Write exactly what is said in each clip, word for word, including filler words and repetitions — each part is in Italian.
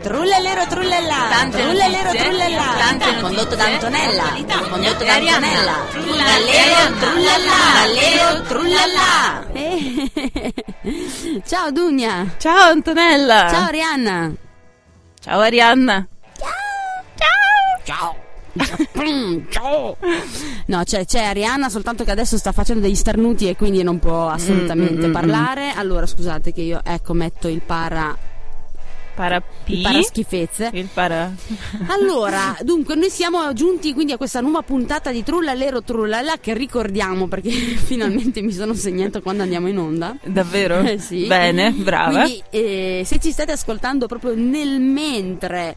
Trullellero trullella, tante trullellero notizie, trullella, tante notizie, condotto da Antonella, condotto da Arianna, Antonella, trullallero, trullalla, trullalla, trullalla. Ciao Dunia. Ciao Antonella. Ciao Arianna. Ciao Arianna. Ciao. Ciao. No, c'è, c'è Arianna, soltanto che adesso sta facendo degli starnuti e quindi non può assolutamente mm, mm, parlare. Allora scusate che io ecco metto il para Para P. il para schifezze. Il para. Allora, dunque, noi siamo giunti quindi a questa nuova puntata di Trullalero Trullalla, che ricordiamo perché finalmente mi sono segnato quando andiamo in onda. Davvero? Eh, sì. Bene, brava. Quindi eh, se ci state ascoltando proprio nel mentre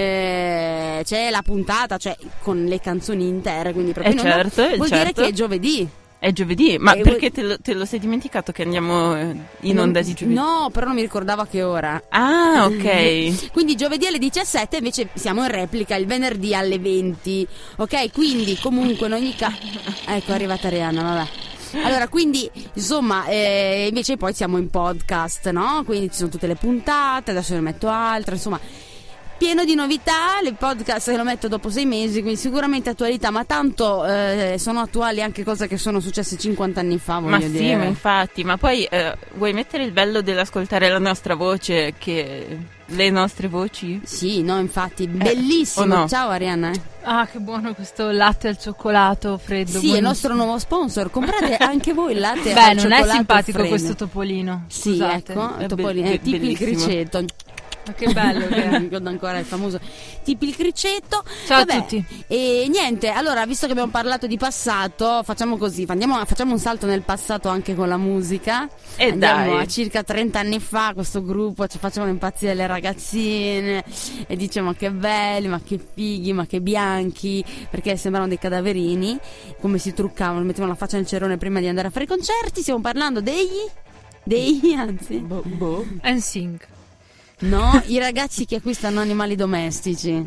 eh, c'è la puntata, cioè con le canzoni intere, quindi proprio Eh, in onda, certo, vuol certo. dire che è giovedì. È giovedì, ma Eh, perché te lo, te lo sei dimenticato che andiamo eh, in Non- onda di giovedì? No, però non mi ricordavo a che ora. Ah, ok. Quindi giovedì alle diciassette, invece siamo in replica il venerdì alle venti. Ok, quindi comunque in ogni caso. Ecco, è arrivata Arianna, vabbè. Allora, quindi insomma, eh, invece poi siamo in podcast, no? Quindi ci sono tutte le puntate, adesso ne metto altre, insomma. Pieno di novità, le podcast che lo metto dopo sei mesi, quindi sicuramente attualità, ma tanto eh, sono attuali anche cose che sono successe cinquanta anni fa, voglio Ma sì, dire. ma infatti, ma poi eh, vuoi mettere il bello dell'ascoltare la nostra voce, che le nostre voci? Sì, no, infatti, bellissimo. o no? Ciao Arianna. Ah, che buono questo latte al cioccolato freddo. Sì, è il buonissimo. nostro nuovo sponsor. Comprate anche voi il latte Beh, al non è cioccolato simpatico freddo. questo topolino. Sì, Scusate. ecco, È Topolino, be- è tipo il bellissimo. criceto. Ma che bello che Mi è. ricordo ancora il famoso tipo il criceto. Ciao a Vabbè, tutti. E niente, allora, visto che abbiamo parlato di passato, facciamo così, andiamo, facciamo un salto nel passato anche con la musica. E Andiamo dai. a circa trenta anni fa, questo gruppo ci facevano impazzire le ragazzine e diciamo che belli, ma che fighi, ma che bianchi, perché sembravano dei cadaverini, come si truccavano, mettevano la faccia nel cerone prima di andare a fare i concerti. Stiamo parlando degli degli anzi Boh, boh. N Sync. no, i ragazzi che acquistano animali domestici.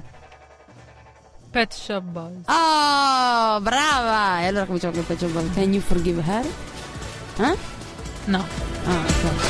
Pet Shop Boys. Oh, brava! E allora cominciamo con il pezzo. Can you forgive her? Eh? No. Ah, ok.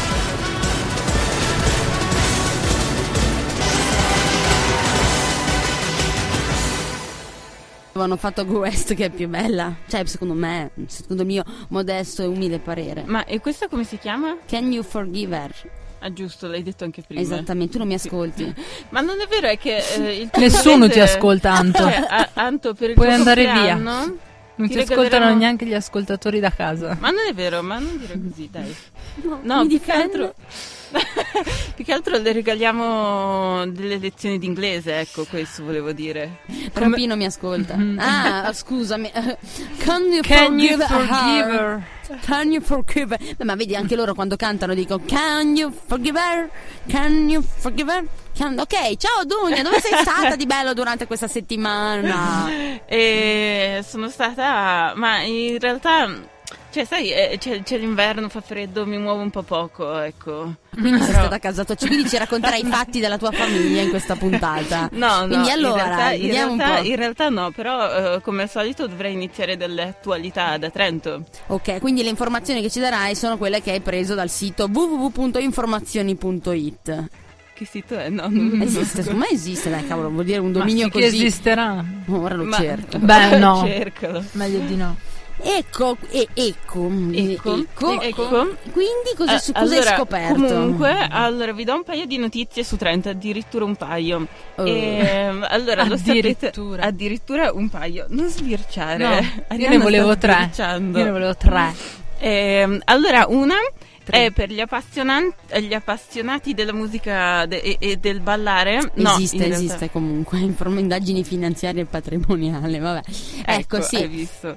Avevano fatto Go West, che è più bella. Cioè, secondo me, secondo il mio modesto e umile parere. Ma e questa come si chiama? Can you forgive her? Ah, giusto, l'hai detto anche prima. Esattamente, tu non mi ascolti. Ma non è vero, è che eh, il tuo Nessuno ti inglese- ascolta, Anto. Cioè, a- Anto, per il Puoi tuo andare via. compleanno Non ti ti ascoltano regaleremo- neanche gli ascoltatori da casa. Ma non è vero, ma non dire così, dai. No, No, mi più che difendo. altro più che altro le regaliamo delle lezioni di inglese, ecco, questo volevo dire. Però Pino mi ascolta. Ah, scusami. Can you Can you forgive forgive her? her? Can you forgive her? Beh, ma vedi, anche loro quando cantano dicono Can you forgive her? Can you forgive her? Can- Ok, ciao Dunia, dove sei stata di bello durante questa settimana? E sono stata, ma in realtà, cioè, sai, eh, c'è, c'è l'inverno, fa freddo, mi muovo un po' poco, ecco. Quindi sei Però- stata a casa tua, quindi ci racconterai i fatti della tua famiglia in questa puntata. No, no, Quindi allora, in realtà, in vediamo un realtà- po'. in realtà no, però eh, come al solito dovrei iniziare dalle attualità da Trento. Ok, quindi le informazioni che ci darai sono quelle che hai preso dal sito w w w punto informazioni punto i t. Che sito è? No, non lo Esiste, conosco. secondo me esiste, dai cavolo, vuol dire un dominio Ma sì che così. esisterà. Ora lo Ma- cerco. Beh, no. Cercalo. Meglio di no. Ecco, e, ecco, Ecco, ecco, ecco. Quindi cosa, Eh, cosa allora, hai scoperto? Comunque, allora vi do un paio di notizie su Trento, addirittura un paio. Oh. Ehm, allora, lo sapete, Addirittura. addirittura un paio. Non sbirciare. No, io Arianna ne volevo sta tre. sbirciando. Io ne volevo tre. Ehm, allora, una Tre. è per gli, appassionan- gli appassionati della musica de- e-, e del ballare. No, esiste, in realtà- esiste comunque, inform- indagini finanziarie e patrimoniali, vabbè. Ecco, Ecco, sì. hai visto.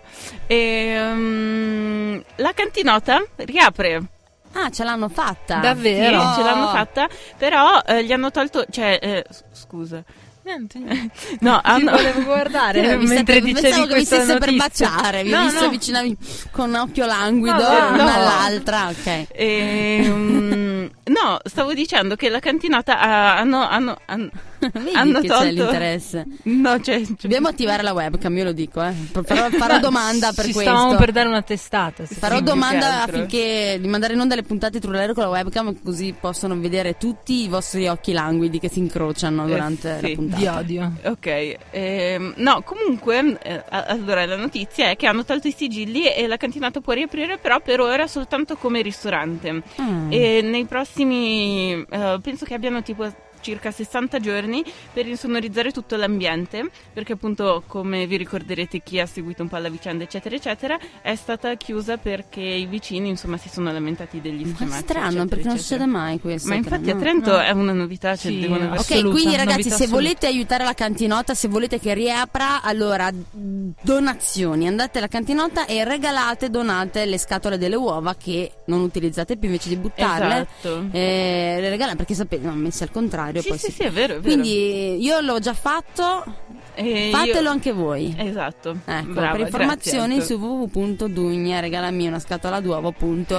Ehm, la cantinota riapre. Ah, ce l'hanno fatta. Davvero? Sì, ce l'hanno fatta, però eh, gli hanno tolto, cioè, eh, s- scusa. Niente, niente. No, Ti hanno... volevo guardare Eh, vi mentre state- dicevi pensavo che vi questa stesse per notizia. baciare, vi ho No, visto no. avvicinavi con occhio languido No, no. una all'altra, ok. Ehm, Ehm, no, stavo dicendo che la cantinata ha, hanno, hanno, hanno, Vedi hanno che tolto c'è l'interesse. No, c'è, c'è... Dobbiamo attivare la webcam, io lo dico, eh. Farò, farò No, domanda per ci questo. stavamo per dare una testata. Sì. Farò Sì, più che domanda altro. affinché di mandare in onda le puntate Trullare con la webcam, così possono vedere tutti i vostri occhi languidi che si incrociano Eh, durante sì. la puntata. Di odio. Ok, ehm, no, comunque, eh, allora la notizia è che hanno tolto i sigilli e la cantinata può riaprire, però per ora soltanto come ristorante. Ah. E nei prossimi, eh, penso che abbiano tipo circa sessanta giorni per insonorizzare tutto l'ambiente, perché appunto, come vi ricorderete, chi ha seguito un po' la vicenda eccetera eccetera, è stata chiusa perché i vicini insomma si sono lamentati degli Ma schematici, strano, eccetera, perché non eccetera. succede mai questo. Ma infatti a no? Trento no. è una novità, cioè Sì, devono no. aver- Ok, Assoluta, quindi ragazzi, novità se assoluta. volete aiutare la cantinota, se volete che riapra, allora donazioni, andate alla cantinota e regalate, donate le scatole delle uova che non utilizzate più, invece di buttarle. Esatto. eh, le regalate, perché sapete, no, messe al contrario. Sì, poi sì, si- sì, è vero, è vero. Quindi io l'ho già fatto, E fatelo io- anche voi. Esatto. Ecco, Brava, per informazioni grazie, su w w w punto dugna regalami una scatola d'uovo punto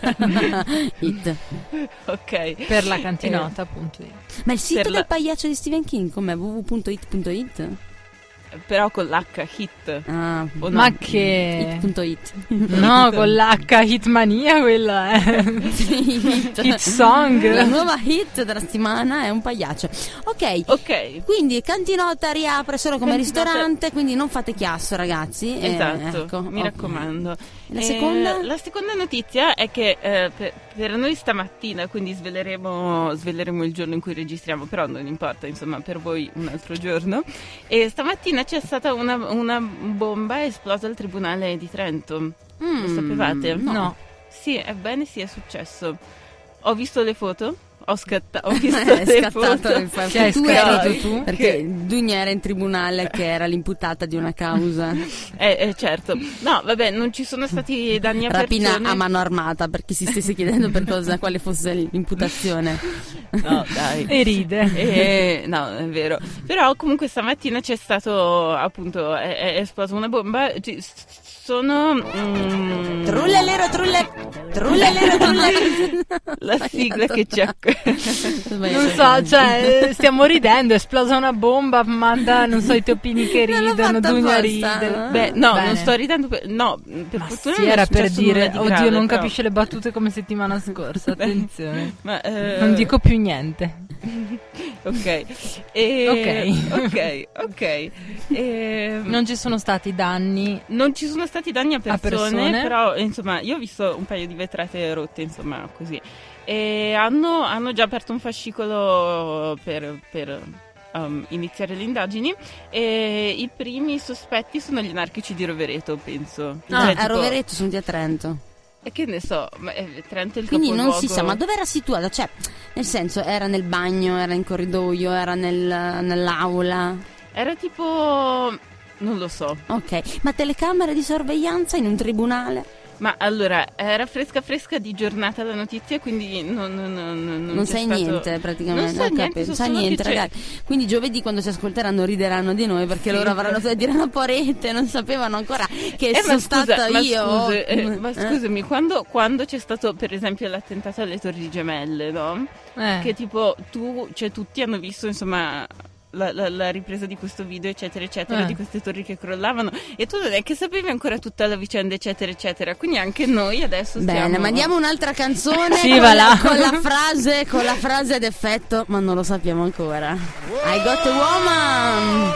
it. Ok. Per la cantinota, appunto. Ma il sito Per la- del pagliaccio di Stephen King com'è? w w w punto it punto it? Però con l'H, hit. Ah, O no? Ma che... it punto it. No, con l'H, Hitmania quella è. Sì, hit. Hit song. La nuova hit della settimana è un pagliaccio. Ok. Ok. Quindi cantinota riapre solo come Cantinota- ristorante, quindi non fate chiasso, ragazzi. Eh, Esatto, ecco, mi ok. raccomando. La Eh, seconda? la seconda notizia è che eh, per, per noi stamattina, quindi sveleremo, sveleremo il giorno in cui registriamo, però non importa, insomma, per voi un altro giorno. E stamattina c'è stata una, una bomba esplosa al Tribunale di Trento. Lo Mm, sapevate? no. No. Sì, ebbene sì, è successo. Ho visto le foto, ho, scatta- ho visto È le scattato foto. il fatto Ci hai che tu scattato eri- tu? perché Dugna era in tribunale, che era l'imputata di una causa Eh, eh, certo. No, vabbè, non ci sono stati danni a rapina persone. a mano armata, per chi si stesse chiedendo per cosa, quale fosse l'imputazione. No, dai. E ride. Eh, no, è vero. Però comunque stamattina c'è stato, appunto, è, è esplosa una bomba. Ci- Sono mm, Trullelero, trulle, trullelero, trulle. la sigla che ci ha. Non so, cioè, stiamo ridendo, è esplosa una bomba, manda, non so, i toppini che Non l'ho ridono, fatta Dugna apposta. ride. Beh, no, Bene. non sto ridendo. Per, no, per Ma fortuna sì, non è era per successo dire, nulla di oddio, grave, non però- capisce le battute come settimana scorsa, attenzione. Ma, eh, Non dico più niente. Ok. E, Ok. ok, ok. E, Non ci sono stati danni. Non ci sono stati danni a persone, A persone? però insomma io ho visto un paio di vetrate rotte, insomma così. E hanno, hanno già aperto un fascicolo per, per um, iniziare le indagini e i primi sospetti sono gli anarchici di Rovereto, penso. Ah, Cioè, a tipo- Rovereto sono di a Trento. E che ne so, ma eh, Trento è il Quindi non si capoluogo. sa, ma dove era situata? Cioè, nel senso, era nel bagno, era in corridoio, era nel- nell'aula. Era tipo... non lo so. Ok, ma telecamere di sorveglianza in un tribunale? Ma allora, era fresca fresca di giornata la notizia, quindi non, non, non, non, Non c'è sai stato- niente praticamente. Non so Ho niente, capito, so non sa solo niente, che c'è- ragazzi. Quindi giovedì, quando ci ascolteranno, rideranno di noi perché Sì. loro avranno dovuto dire una porete, non sapevano ancora che Eh, sono ma scusa, stata ma io. scusa, eh, Eh. ma scusami, quando, quando c'è stato per esempio l'attentato alle Torri Gemelle, no? Eh. Che tipo tu, cioè tutti hanno visto insomma la, la- la ripresa di questo video eccetera eccetera, Eh. di queste torri che crollavano e tu non è che sapevi ancora tutta la vicenda eccetera eccetera, quindi anche noi adesso Bene, stiamo... mandiamo un'altra canzone Sì, con, va la, là. con la frase con la frase ad effetto, ma non lo sappiamo ancora. I got a woman.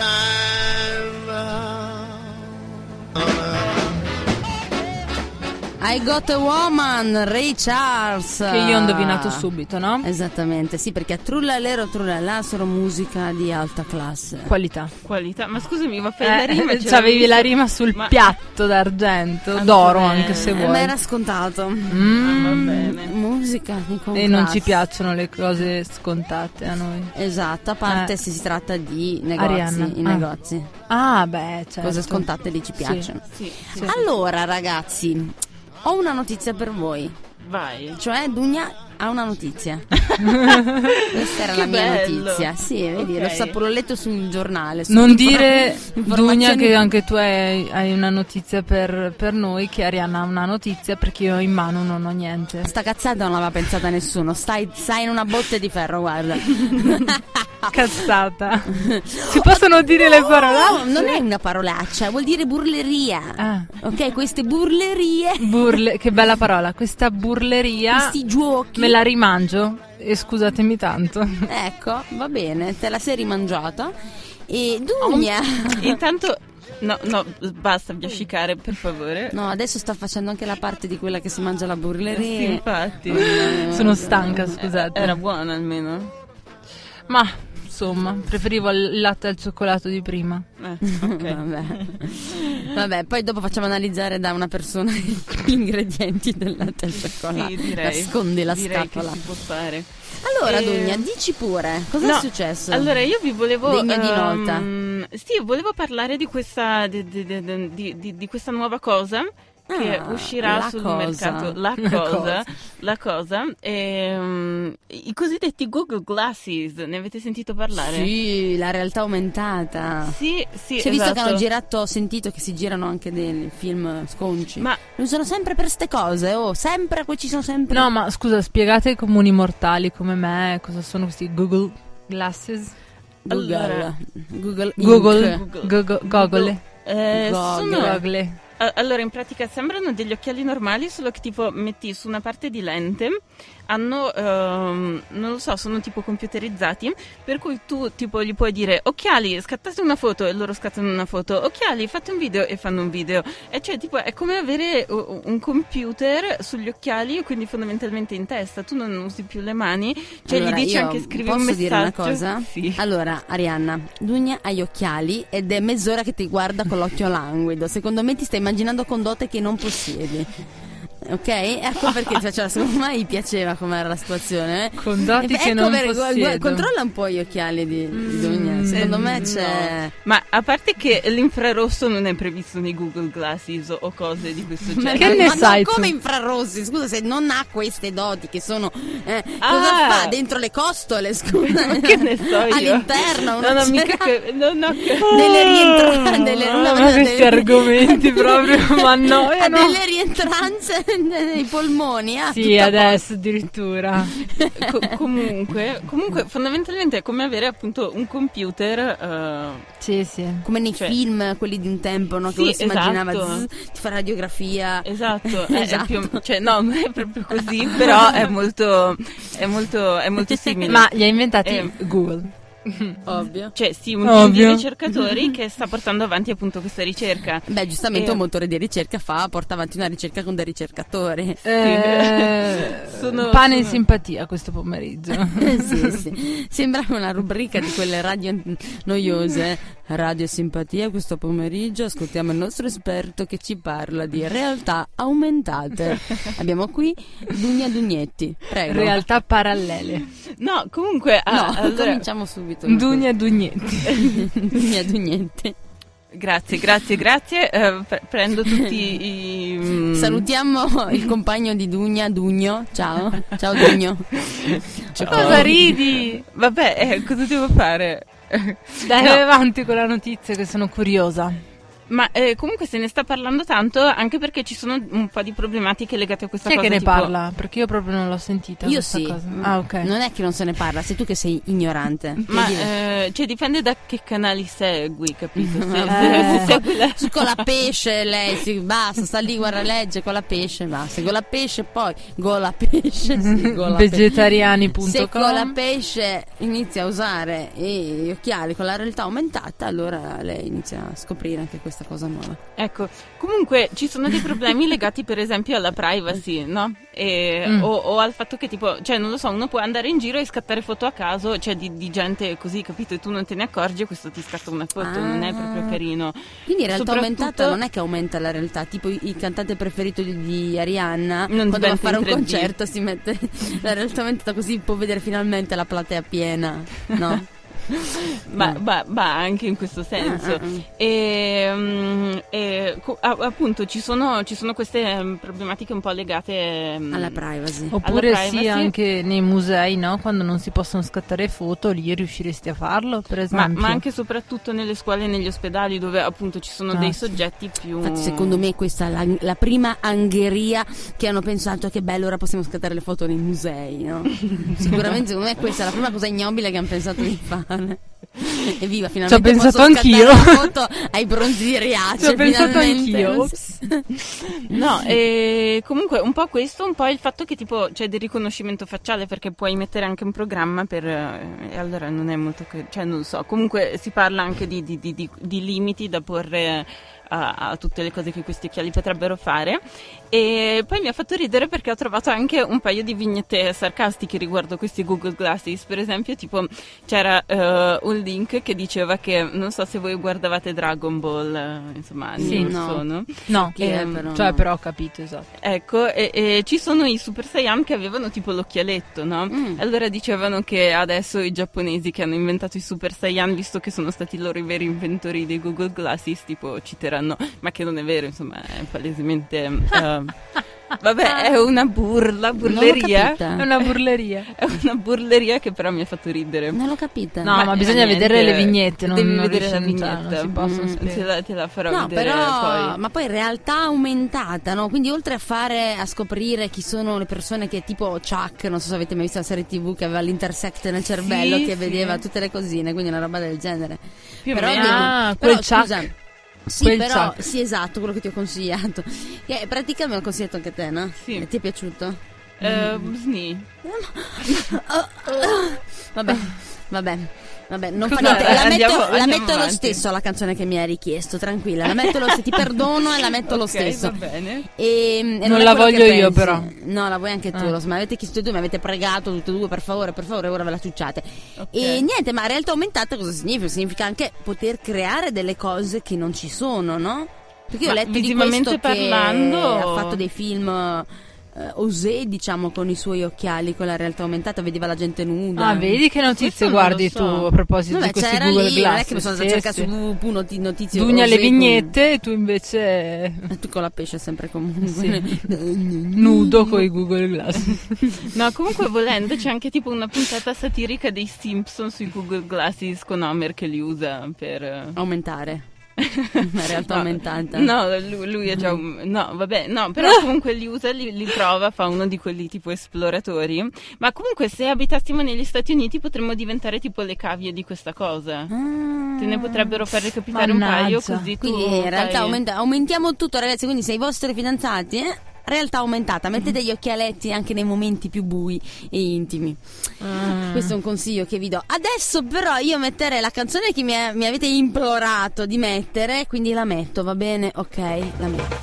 I got a woman, Ray Charles. Che io ho indovinato subito, no? Esattamente, sì, perché a Trullallero Trullallà solo musica di alta classe. Qualità. Qualità, ma scusami, ma fai la rima? Eh, ce c'avevi l'avevi- la rima sul Ma- piatto d'argento, Ah, d'oro bene. anche se Eh, vuoi. ma era scontato. Mm. Va bene. Musica di con E non ci classe. piacciono le cose scontate a noi. Esatto, a parte Eh. se si tratta di negozi, Arianna. i Ah. negozi. Ah, beh, certo. Cose scontate lì ci Sì. piacciono. Sì, sì. Sì. Allora, ragazzi, ho una notizia per voi. Vai. Cioè, Dugna, ha una notizia. Questa era Che la mia bello. notizia. Sì, vedi, Ok. l'ho saputo, l'ho letto su un giornale. su Non informa- dire, informazioni- Dunia, che anche tu hai, hai una notizia per, per noi, che Arianna ha una notizia, perché io in mano non ho niente. Sta cazzata non l'aveva pensata nessuno. Stai, stai in una botte di ferro, guarda. Cazzata. Si possono dire le parole? No, non è una parolaccia, vuol dire burleria. Ah. Ok, queste burlerie, Burle, che bella parola. Questa burleria questi giochi. me la rimangio e scusatemi tanto. Ecco, va bene, te la sei rimangiata. E Dunia. Intanto, no, no, basta biascicare, per favore. No, adesso sta facendo anche la parte di quella che si mangia la Sì, burleria. infatti. Sono stanca, scusate. Era buona almeno. Ma insomma, preferivo il latte al cioccolato di prima. Eh, ok. Vabbè. Vabbè, poi dopo facciamo analizzare da una persona gli ingredienti del latte al cioccolato. Sì, direi. Nascondi la direi scatola. che si può fare. Allora, Eh, Dunia, dici pure, cosa no, è successo? Allora, io vi volevo Degna di nota. ehm, sì, volevo parlare di questa di, di- di- di- di- di questa nuova cosa che Ah, uscirà la sul cosa. mercato. La La cosa, cosa. la cosa, ehm, i cosiddetti Google Glasses. Ne avete sentito parlare? Sì, la realtà aumentata. Sì, sì, Si è visto che esatto. hanno girato, ho sentito che si girano anche dei film sconci. Ma Lo usano sempre per ste cose, oh, sempre, qui ci sono sempre. No, ma scusa, spiegate ai comuni mortali come me cosa sono questi Google Glasses. Google. allora- Google. Google. Inc. Google. Google. eh, Goggle. sono Google. A- Allora, in pratica sembrano degli occhiali normali, solo che tipo metti su una parte di lente, hanno, ehm, non lo so, sono tipo computerizzati, per cui tu tipo gli puoi dire occhiali, scattate una foto e loro scattano una foto, occhiali, fate un video e fanno un video. E cioè tipo è come avere u- un computer sugli occhiali, quindi fondamentalmente in testa, tu non usi più le mani, cioè Allora, gli dici io anche scrivi posso un messaggio. dire una cosa? Sì. Allora, Arianna, Dunia ha gli occhiali ed è mezz'ora che ti guarda con l'occhio languido. Secondo me ti stai immaginando condotte che non possiedi. Ok? Ecco perché cioè, secondo me gli piaceva com'era la situazione. eh. Condotti Ecco che non per- gu- gu- possiedo. controlla un po' gli occhiali di, di Dunia. Secondo Eh, me c'è. no. Ma a parte che l'infrarosso non è previsto nei Google Glasses o cose di questo Ma, genere. che ne ma sai no, tu? come infrarossi? Scusa, se non ha queste doti che sono eh, Ah. cosa fa dentro le costole? Scusa, Che ne so io? all'interno No, una no, mica cera- che, no, no, che... delle rientranze, delle, Ah, una- ma questi delle- argomenti proprio mi ha annoiano. delle rientranze nei polmoni. Ah, Sì, tutto a adesso addirittura. Co- comunque, comunque, fondamentalmente è come avere appunto un computer. eh, Sì, sì. come nei Cioè- film, quelli di un tempo, no? Che Sì, uno si immaginava esatto. zzz, ti fa radiografia. Esatto, è- è Esatto. più- cioè no, non è proprio così, però è molto, è molto, è molto simile. Ma li ha inventati Eh. Google. Ovvio. Cioè sì, un team di Ovvio. ricercatori che sta portando avanti appunto questa ricerca. Beh, giustamente Eh. un motore di ricerca fa, porta avanti una ricerca con dei ricercatori. Eh, Sono- pane in sono- simpatia questo pomeriggio. Eh, sì, sì. Sembra una rubrica di quelle radio noiose. Radio Simpatia, questo pomeriggio ascoltiamo il nostro esperto che ci parla di realtà aumentate. Abbiamo qui Dunia Dugnetti. Prego. Realtà parallele. No, comunque, ah, No, allora, cominciamo subito. Dunia Dugnetti. Dunia Dugnetti. grazie, grazie, grazie. eh, pre- prendo tutti i. mm, Salutiamo il compagno di Dunia, Dugno. Ciao. Ciao Dugno. Cosa ridi? Vabbè, eh, cosa devo fare? Dai, No. vai avanti con la notizia che sono curiosa. Ma eh, comunque se ne sta parlando tanto anche perché ci sono un po' di problematiche legate a questa Chi è cosa. che ne tipo- parla? Perché io proprio non l'ho sentita Io questa sì. cosa. Ah, ok. Non è che non se ne parla, sei tu che sei ignorante. Ma Che dire? eh, cioè dipende da che canali segui, capito? Se, Eh. se segui la- Su con la pesce lei si basta, sta lì, guarda, legge con la pesce, basta. Con la pesce poi gola pesce, sì, gola pesce. Vegetariani punto Se con la com. pesce inizia a usare gli occhiali con la realtà aumentata, allora lei inizia a scoprire anche questa cosa nuova. Ecco, comunque ci sono dei problemi legati per esempio alla privacy, no? E- Mm. o, o al fatto che tipo, cioè non lo so, uno può andare in giro e scattare foto a caso, cioè di, di gente così, capito? E tu non te ne accorgi e questo ti scatta una foto, Ah. non è proprio carino. Quindi in realtà Soprattutto- aumentata non è che aumenta la realtà, tipo il cantante preferito di, di Arianna, Non quando va a diventa fare un in tre D. concerto si mette la realtà aumentata così può vedere finalmente la platea piena, no? ma, ma, ma anche in questo senso. Uh-uh. E, um, e co- a- appunto ci sono, ci sono queste um, problematiche un po' legate um, alla privacy. Oppure alla privacy. sì, anche nei musei, no? Quando non si possono scattare foto, lì riusciresti a farlo, per Ma, esempio. ma anche e soprattutto nelle scuole e negli ospedali, dove appunto ci sono Ah, dei sì. soggetti più. Infatti secondo me questa è la, la prima angheria che hanno pensato che bello, ora possiamo scattare le foto nei musei, no? Sicuramente secondo me questa è la prima cosa ignobile che hanno pensato di fare. Evviva, Ci ho finalmente pensato posso anch'io. scattare la foto ai bronzi di Riace. Ci ho pensato finalmente. anch'io. No, e comunque un po' questo, un po' il fatto che tipo c'è del riconoscimento facciale, perché puoi mettere anche un programma per eh, e allora non è molto che, cioè non so, comunque si parla anche di, di, di, di, di limiti da porre a, a tutte le cose che questi occhiali potrebbero fare. E poi mi ha fatto ridere perché ho trovato anche un paio di vignette sarcastiche riguardo questi Google Glasses. Per esempio, tipo c'era uh, un link che diceva che, non so se voi guardavate Dragon Ball, eh, insomma, anni Sì, or no. sono. No, Che Eh, però, cioè no. però ho capito, esatto. Ecco, e, e ci sono i Super Saiyan che avevano tipo l'occhialetto, no? Mm. Allora dicevano che adesso i giapponesi che hanno inventato i Super Saiyan, visto che sono stati loro i veri inventori dei Google Glasses, tipo citeranno, ma che non è vero, insomma, è palesemente... eh, vabbè, è una burla, Non l'ho burleria. capita. È una burleria. È una burleria che però mi ha fatto ridere. Non l'ho capita. No, ma, eh, bisogna niente, vedere le vignette, non, devi non vedere la riesci- cioè, non vignetta. si possono Mm. spiegare. Te la, te la farò No, vedere però, poi. ma poi realtà aumentata, no? Quindi oltre a fare, a scoprire chi sono le persone che tipo Chuck, non so se avete mai visto la serie tivù che aveva l'intersect nel cervello, Sì, che sì. vedeva tutte le cosine, quindi una roba del genere. Più o Però, meno. devo- Ah, però, quel Chuck. scusa, sì, Quel però, Chuck. sì, esatto, quello che ti ho consigliato. Che praticamente me l'ho consigliato anche a te, no? Sì. E ti è piaciuto? Eh, sni. Vabbè, vabbè. Vabbè, non fa Scusa, niente, la andiamo- metto, la andiamo metto lo avanti. stesso la canzone che mi hai richiesto, tranquilla, la metto lo stesso, ti perdono e la metto lo Ok, stesso. va bene. E, e Non è la quello che voglio io, pensi. però. No, la vuoi anche tu, Ah. lo so, mi avete chiesto tutti e due, mi avete pregato tutte e due, per favore, per favore, ora ve la ciucciate. Ok. E niente, ma realtà aumentata cosa significa? Significa anche poter creare delle cose che non ci sono, no? Perché io ho Ma letto di visivamente questo parlando- che ha fatto dei film eh, osé, diciamo, con i suoi occhiali, con la realtà aumentata, vedeva la gente nuda. Ah, vedi che notizie Questo non guardi lo so. tu a proposito Vabbè, di questi c'era Google lì, Glass? non è che mi sono andata a cercare su w w w punto notizie Dugna le osé con- vignette e tu invece Eh, tu con la pesce sempre comunque. Sì. nudo con i Google Glass. No, comunque volendo c'è anche tipo una puntata satirica dei Simpson sui Google Glasses con Homer che li usa per... eh, Aumentare. La realtà no, aumentata. No, lui, lui è già un... No, vabbè, no, però comunque li usa, li, li prova, fa uno di quelli tipo esploratori. Ma comunque se abitassimo negli Stati Uniti potremmo diventare tipo le cavie di questa cosa. Ah. Te ne potrebbero far recapitare un Mannaggia. paio così tu Quindi in realtà fai- aumenta- aumentiamo tutto, ragazzi. Quindi se i vostri fidanzati, eh, realtà aumentata, mettete gli occhialetti anche nei momenti più bui e intimi. Ah. Questo è un consiglio che vi do. Adesso però io metterei la canzone che mi, mi avete implorato di mettere, quindi la metto, va bene? Ok, la metto.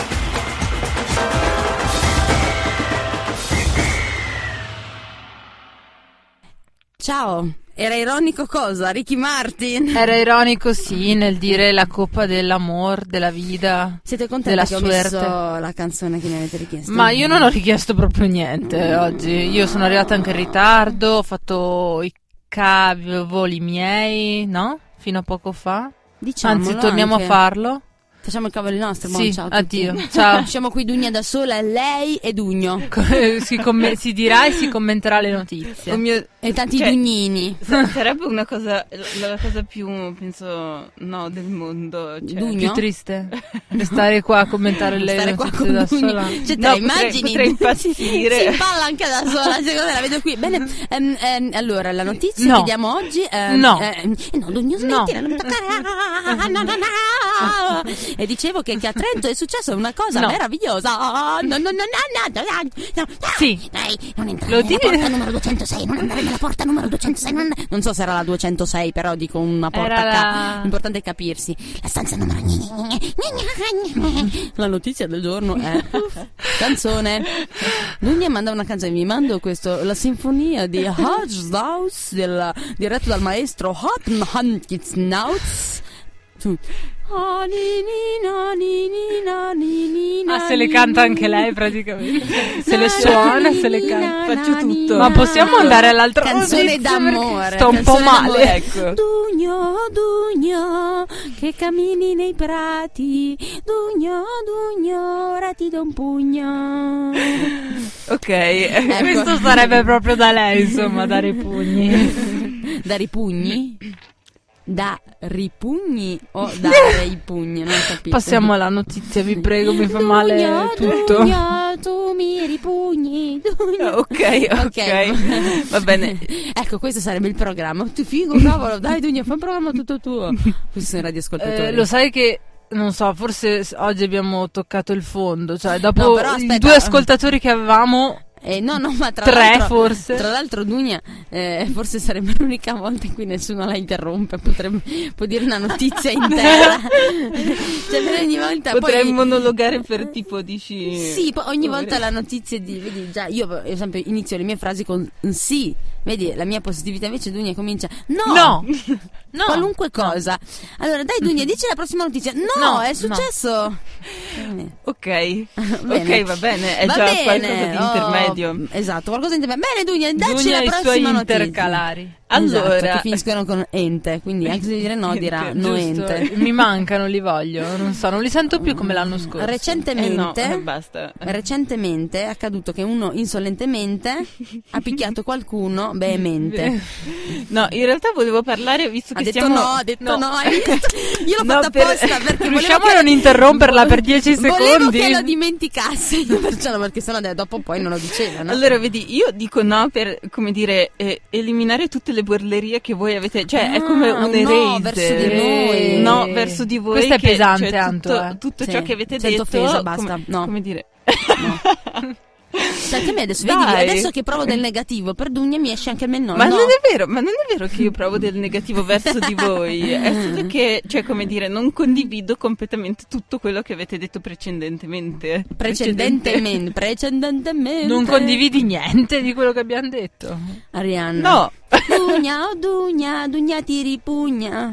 Ciao, era ironico cosa? Ricky Martin? Era ironico, sì, nel dire la coppa dell'amor, della vita. Siete contenti della che ho suerte. messo la canzone che mi avete richiesto? Ma io non ho richiesto proprio niente oggi. Io sono arrivata anche in ritardo, ho fatto i cavoli miei, no? Fino a poco fa. Diciamolo Anzi, torniamo anche. a farlo. Facciamo i cavoli nostri, buon Sì, ciao a tutti. addio, ciao. Siamo qui Dugna da sola, lei e Dugno. si, comm- si dirà e si commenterà le notizie. Oh mio- E tanti Cioè, dugnini. sa- sarebbe una cosa, la, la cosa più, penso, no, del mondo. Cioè, Dugno? Più triste stare qua a commentare le Stare qua notizie con da Dugno. sola. Cioè, te No, la potrei- immagini? potrei impazzire. Si impalla anche da sola, secondo me la vedo qui. Bene, ehm, ehm, allora, la notizia No. che diamo oggi... ehm, No. ehm, eh, no, Dugno, smettila, No. non mi toccare. Ah, no, no, no. E dicevo che, che a Trento è successa una cosa No. meravigliosa. No, no, no, no, no, no, no. Sì. Dai, non entrare Lo nella dici? porta numero duecentosei, non andare nella porta numero duecentosei. Non, non so se era la duecentosei, però dico una porta Era ca- la- importante capirsi. La stanza numero... La notizia del giorno è canzone. Dugna manda una canzone, vi mando questo, la sinfonia di Hodge House, del- diretto dal maestro Hottenhansnautz. tu. Ah, ni, ni, na, ni, ni, na, ni, ni, na, Ah, se le canta anche lei praticamente. Se le suona, se le canta. Faccio tutto. Ma possiamo andare all'altra canzone notizia, d'amore? perché sto un po' canzone male, d'amore. ecco. Dugno, Dugno, che cammini nei prati. Dugno, Dugno, ora ti do un pugno. Ok, Ecco. Questo sarebbe proprio da lei, insomma, dare i pugni. Dare i pugni? Da ripugni o dare i pugni? Non ho capito. Passiamo alla notizia, vi prego, mi fa male Dugno, tutto. Dugno, tu mi ripugni. Dugno. ok, ok, Ok. va bene. Ecco, questo sarebbe il programma. Tu figo, cavolo, dai Dugno, fai un programma tutto tuo. Questi sono i radioascoltatori. Eh, lo sai che non so, forse s- oggi abbiamo toccato il fondo, cioè dopo No, però i aspetta. due ascoltatori che avevamo, Eh, no, no, ma tra tre l'altro, forse. Tra l'altro Dugna, eh, forse sarebbe l'unica volta in cui nessuno la interrompe, potrebbe, può dire una notizia intera. Cioè, per ogni volta Potrei poi... monologare per tipo dici. Sì, poi ogni volta la notizia di, vedi già, io per esempio inizio le mie frasi con un sì, vedi la mia positività, invece Dugna comincia no, No, no, qualunque cosa. Allora dai Dugna, dici la prossima notizia. No, No, è no. successo. Eh, Ok, bene. ok, va bene, è Va già bene, qualcosa di oh, intermedio. esatto, qualcosa di intermedio. Bene Dugna, dacci Dugna la e i suoi prossima notizia. intercalari. Allora, Esatto, che finiscono con ente, quindi anche se dire no dirà Ente, no Giusto, ente. mi mancano, li voglio, non so, non li sento più come l'anno scorso. eh no, Recentemente, eh, basta. recentemente è accaduto che uno insolentemente ha picchiato qualcuno veemente. No, in realtà volevo parlare, visto Ha che detto siamo... no, ha detto no, hai visto? Io l'ho No, fatto per- apposta perché Riusciamo volevo a non che- interromperla per dieci Volevo secondi? che lo dimenticasse, io perciò no, perché sennò dopo poi non lo diceva, no? Allora, vedi, io dico no per, come dire, eh, eliminare tutte le borlerie che voi avete, cioè è come Ah, un un no erase. verso di noi. No, verso di voi. Questo è che, pesante, cioè, Anto, tutto, eh. tutto Sì, ciò che avete sento detto. offesa, basta, come, no. come dire... Perché me adesso, Dai. vedi, adesso che provo del negativo per Dugna mi esce anche il no. Ma no. non è vero, ma non è vero che io provo del negativo verso di voi, è solo che, cioè, come dire, non condivido completamente tutto quello che avete detto precedentemente. Precedentemente, precedentemente. Non condividi niente di quello che abbiamo detto. Arianna. No, Dugna, oh Dugna, Dugna ti ripugna.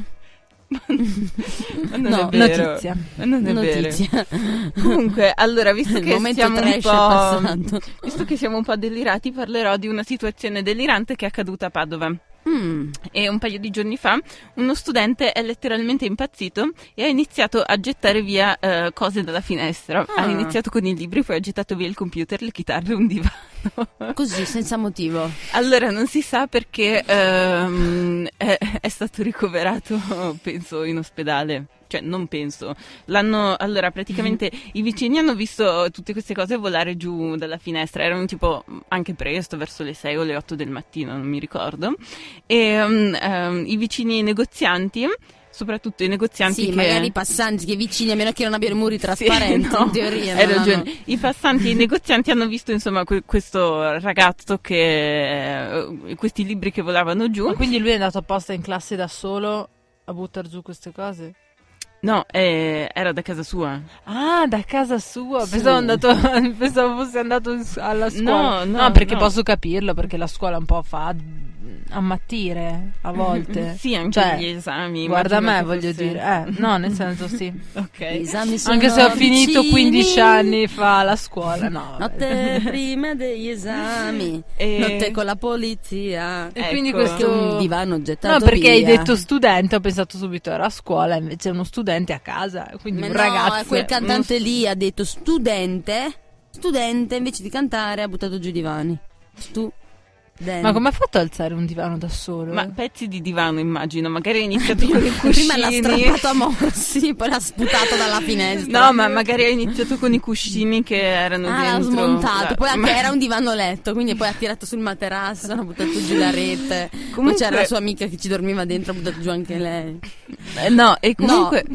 ma non No, è vero. notizia. Ma non è Notizia. vero. Comunque, allora, visto Il che momento siamo un trash è po', passato. visto che siamo un po' delirati, parlerò di una situazione delirante che è accaduta a Padova. Mm. E un paio di giorni fa uno studente è letteralmente impazzito e ha iniziato a gettare via eh, cose dalla finestra. Ah. Ha iniziato con i libri, poi ha gettato via il computer, le chitarre e un divano. Così, senza motivo. Allora, non si sa perché ehm, è, è stato ricoverato, penso, in ospedale. Cioè, non penso. L'hanno, allora, praticamente i vicini hanno visto tutte queste cose volare giù dalla finestra. Erano tipo anche presto, verso le sei o le otto del mattino, non mi ricordo. E um, um, i vicini negozianti, soprattutto i negozianti Sì, che... magari i passanti che vicini, a meno che non abbiano i muri Sì, trasparenti, no, in teoria. hai no, no, ragione. no. I passanti e i negozianti hanno visto, insomma, que- questo ragazzo che... eh, questi libri che volavano giù. Ma quindi lui è andato apposta in classe da solo a buttare giù queste cose? No, eh, era da casa sua. Ah, da casa sua. Sì. Pensavo, andato, pensavo fosse andato in- alla scuola. No, no, perché no. posso capirlo, perché la scuola un po' fa ammattire a volte. Sì, anche Cioè, gli esami. Guarda immagino me, che voglio fosse- dire. Eh, no, nel senso sì. Ok. Gli esami sono Anche se ho finito vicini. quindici anni fa la scuola, no. vabbè. Notte prima degli esami, E- notte con la polizia. E Ecco. quindi Un questo... divano gettato No, perché hai via. detto studente, ho pensato subito era a scuola, invece è uno studente a casa, quindi Ma un no, ragazzo. è quel cantante lì ha detto studente, studente, invece di cantare ha buttato giù i divani. Studente. Ma come ha fatto ad alzare un divano da solo? Ma pezzi di divano, immagino. Magari ha iniziato con i Prima l'ha cuscini. strappato a morsi, poi l'ha sputato dalla finestra. No, ma magari ha iniziato con i cuscini che erano Ah, l'ha dentro. smontato, la- poi anche ma- era un divano letto, quindi poi ha tirato sul materasso, ha buttato giù la rete. Poi Comunque- c'era la sua amica che ci dormiva dentro, ha buttato giù anche lei. Eh, No, e comunque...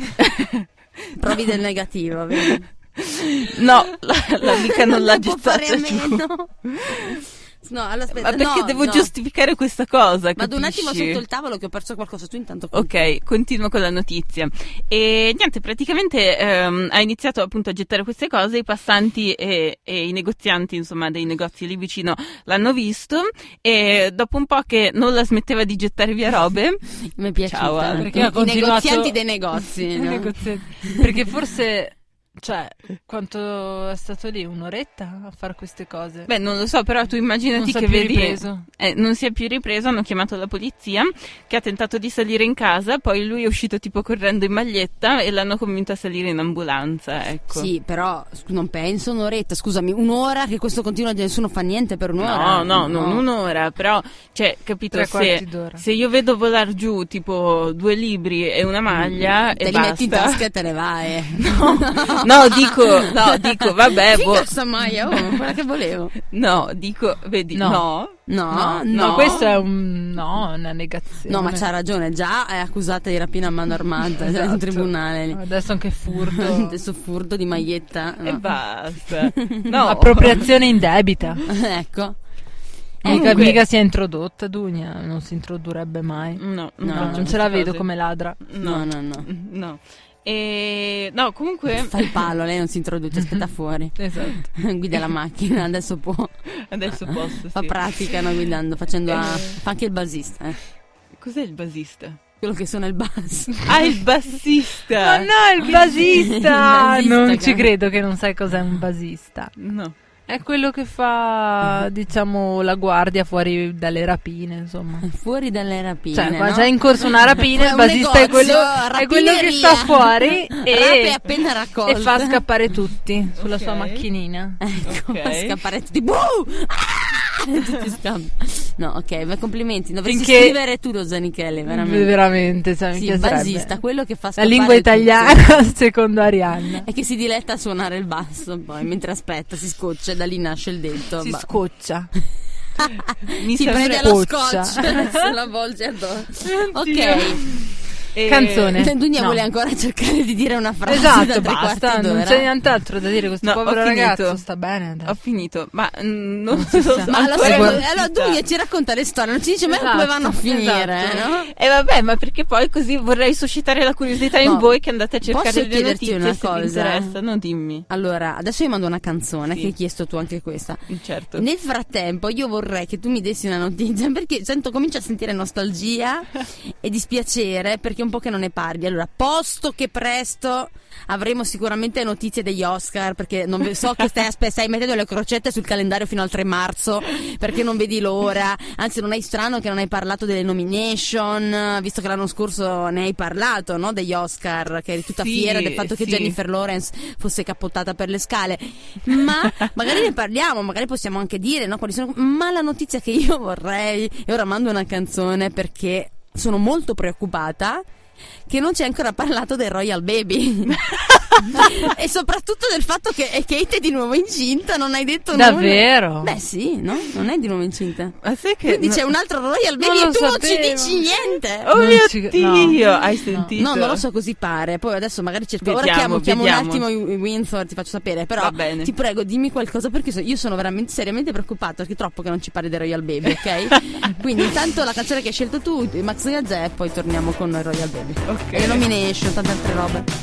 Provi del negativo, vedi? No, la- l'amica non l'ha può fare gettata a giù. meno. No, allora, aspetta, Ma perché no, devo no. giustificare questa cosa? Vado un attimo capisci? sotto il tavolo che ho perso qualcosa. Tu intanto. Ok, continuo con la notizia. E niente, praticamente ehm, ha iniziato appunto a gettare queste cose, i passanti e, e i negozianti, insomma, dei negozi lì vicino l'hanno visto e dopo un po' che non la smetteva di gettare via robe. Mi è piaciuta. Ciao, Anto. Perché ha I continuato- negozianti dei negozi. I no? negozianti. Perché forse, cioè, quanto è stato lì? Un'oretta a fare queste cose? Beh, non lo so, però tu immaginati Non si è che più vedi ripreso. Eh, non si è più ripreso, hanno chiamato la polizia che ha tentato di salire in casa, poi lui è uscito tipo correndo in maglietta e l'hanno convinto a salire in ambulanza, ecco. Sì, però scu- non penso un'oretta, scusami, un'ora che questo continua e nessuno fa niente per un'ora. No, no, non un'ora, però, cioè, capito, Tre se, quarti d'ora. se io vedo volar giù tipo due libri e una maglia Te e li basta. metti in tasca e te ne vai. No, no, dico, no, dico, vabbè, boh. Figa sta maglia, oh, quella che volevo. No, dico, vedi, No. no. No, No, no, No, questo è un... no, una negazione. No, ma c'ha ragione, già è accusata di rapina a mano armata, cioè, in Esatto. tribunale lì. Adesso anche furto. Adesso furto di maglietta. no. E basta. No. Appropriazione indebita. Ecco. Mica, Comunque- mica si è introdotta Dunia, non si introdurrebbe mai. No, No, no, non queste ce la vedo cose. come ladra. No, no, no. No. E no, comunque Fa il palo, lei non si introduce, aspetta fuori. Esatto. Guida la macchina, adesso può. adesso posso, Fa sì. pratica, no, guidando, facendo a... Eh. Fa anche il basista, eh. Cos'è il basista? Quello che suona il basso. Ah, il bassista. Ma no, il basista! Il basista, Non cara. ci credo che non sai cos'è un basista. No. È quello che fa, diciamo, la guardia fuori dalle rapine, insomma. Fuori dalle rapine, Cioè, no? quando c'è in corso una rapina, il Un basista è quello, negozio, è quello che rapineria. sta fuori Rape e, appena raccolte. e fa scappare tutti sulla Ok. sua macchinina. Ecco, Ok. fa scappare tutti. Buh! Ah! Tutti scappano. No, ok, ma complimenti. Dovresti Finché- scrivere tu lo Zanichelli, veramente. Veramente, cioè, mi Sì, piacerebbe. basista, quello che fa La scappare lingua tutti. italiana, secondo Arianna. E che si diletta a suonare il basso, poi mentre aspetta si scoccia e da lì nasce il detto. Si Ba- scoccia. Mi si sembra- prende lo scoccia. scotch sulla volge addosso. Oddio. Ok. E- Canzone. Dunia No. vuole ancora cercare di dire una frase da Esatto, tre basta, quarti non d'ora. c'è nient'altro da dire. Questo No, povero ho finito. ragazzo sta bene adesso. Ho finito, ma mm, non si so sa. Ma allora, ancora sai- non allora si sa. Dunia ci racconta le storie, non ci dice mai Esatto, come vanno a finire, esatto. no? E vabbè, ma perché poi così vorrei suscitare la curiosità in No. voi che andate a cercare Posso le chiederti notizie una se vi cosa? interessano, dimmi. Allora, adesso io mando una canzone Sì. che hai chiesto tu anche questa. Certo. Nel frattempo io vorrei che tu mi dessi una notizia perché sento, comincio a sentire nostalgia e dispiacere perché un po' che non ne parli. Allora, posto che presto avremo sicuramente notizie degli Oscar perché non ve- so che stai, aspe- stai mettendo le crocette sul calendario fino al tre marzo perché non vedi l'ora. Anzi, non è strano che non hai parlato delle nomination, visto che l'anno scorso ne hai parlato, no? Degli Oscar, che eri tutta Sì, fiera del fatto che sì. Jennifer Lawrence fosse capottata per le scale. Ma magari ne parliamo, magari possiamo anche dire, no? Quali sono... Ma la notizia che io vorrei, e ora mando una canzone perché sono molto preoccupata che non ci hai ancora parlato del Royal Baby e soprattutto del fatto che Kate è di nuovo incinta, non hai detto Davvero? nulla. Beh sì, no? Non è di nuovo incinta. Ma sai che Quindi no- c'è un altro Royal Non Baby lo e tu non ci sapevo. dici niente. Oh Non mio ci- Dio, no. hai sentito? No, non lo so, così pare. Poi adesso magari cerco. Ora Vediamo, chiamo, chiamo un vediamo. attimo i i Windsor, ti faccio sapere. Però Va bene. ti prego, dimmi qualcosa perché so- io sono veramente seriamente preoccupato perché è troppo che non ci parli del Royal Baby, ok? Quindi intanto la canzone che hai scelto tu, Max Gazzè, e poi torniamo con il Royal Baby. Ok. E le nomination, tante altre robe.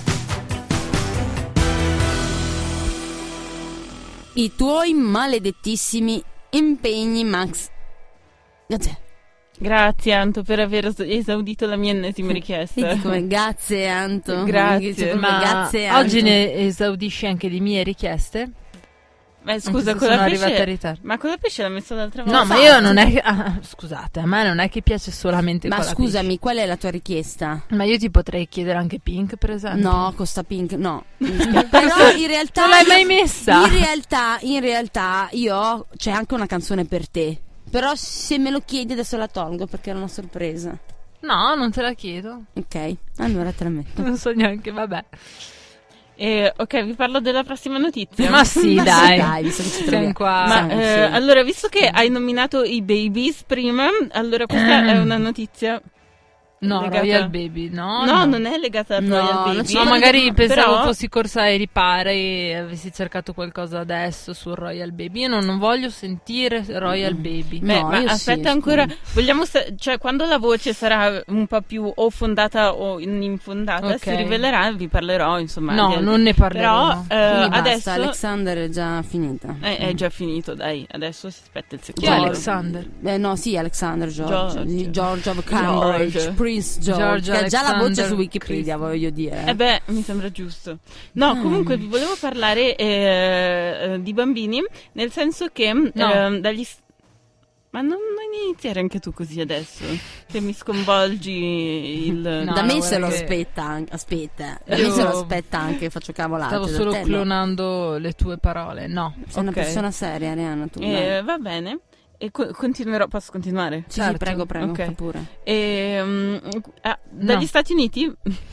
I tuoi maledettissimi impegni, Max Gazzè. Grazie Anto per aver es- esaudito la mia ennesima richiesta. Vedi come grazie Anto. Grazie, Dice proprio Ma grazie, Anto. oggi ne esaudisci anche di mie richieste? Ma scusa, Anche se con sono la arrivata in pesce... ritardo. Ma con la pesce l'ha messa l'altra volta? No, ma io non è che... ah, scusate, a me non è che piace solamente Ma con la scusami, qual è la tua richiesta? pesce. Ma io ti potrei chiedere anche Pink, per esempio. No, Costa Pink, no. Però in realtà Non l'hai mai io- messa? In realtà, in realtà io ho- c'è anche una canzone per te. Però se me lo chiedi adesso la tolgo perché era una sorpresa. No, non te la chiedo. Ok, allora te la metto. Non so neanche, vabbè. Eh, ok, vi parlo della prossima notizia. Ma sì, Ma sì, dai. dai, visto che ci Siamo troviamo. qua. Ma Sì, eh, sì. allora, visto che hai nominato i babies prima, allora questa Mm. è una notizia. No, legata... Royal Baby, no, no, no. non è legata a No, Royal non Baby. ci- No, magari pensavo però... fossi corsa ai ripari e avessi cercato qualcosa adesso sul Royal Baby. Io non, non voglio sentire Royal Baby. Beh, No, ma io aspetta sì, ancora, scusa. vogliamo sa- cioè quando la voce sarà un po' più o fondata o infondata, Ok. si rivelerà, vi parlerò, insomma. No, del- non ne parleremo. Però eh, Quindi basta, adesso Alexander è già finita. è, è già finito, dai, adesso si aspetta il Chi è secondo. Alexander? Eh, no, sì, Alexander George, George. George of Cambridge, George. Prince George, George che ha già la voce Alexander su Wikipedia, Christ. voglio dire. Eh beh, mi sembra giusto. No, Mm. comunque vi volevo parlare eh, eh, di bambini, nel senso che No. eh, dagli... s- Ma non, non iniziare anche tu così adesso, che mi sconvolgi il... No, da me no, se lo guarda che- aspetta, an- aspetta, da Io- me se lo aspetta anche, faccio cavolate. Stavo da solo te no. clonando le tue parole. No. Sei una Ok. persona seria, Arianna, tu. Eh, dai. va bene, e co- continuerò, posso continuare? Sì, sì, certo. prego, prego, Ok. fa pure. Ehm, ah, dagli No. Stati Uniti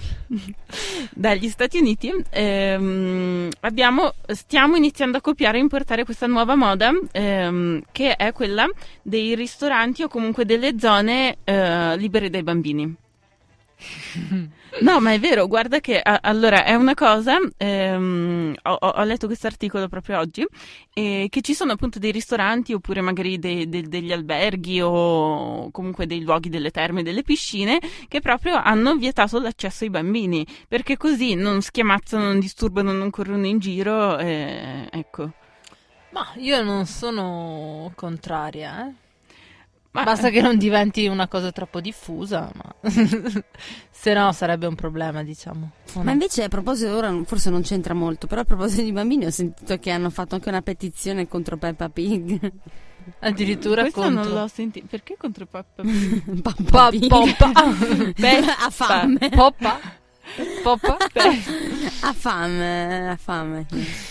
dagli Stati Uniti ehm, abbiamo stiamo iniziando a copiare e importare questa nuova moda ehm, che è quella dei ristoranti o comunque delle zone eh, libere dai bambini. No, ma è vero, guarda che a- allora è una cosa, ehm, ho, ho- ho letto questo articolo proprio oggi, eh, che ci sono appunto dei ristoranti oppure magari dei- de- degli alberghi o comunque dei luoghi delle terme, delle piscine, che proprio hanno vietato l'accesso ai bambini, perché così non schiamazzano, non disturbano, non corrono in giro, eh, ecco. Ma io non sono contraria, eh. Ma- Basta che non diventi una cosa troppo diffusa, ma se no sarebbe un problema, diciamo. O no? Ma invece a proposito, ora non- forse non c'entra molto, però a proposito di bambini ho sentito che hanno fatto anche una petizione contro Peppa Pig. Addirittura Questo contro. non l'ho sentito, perché contro Peppa? Peppa Pa- Pig. poppa. Ha fame. Poppa? Poppa? Ha fame, ha fame.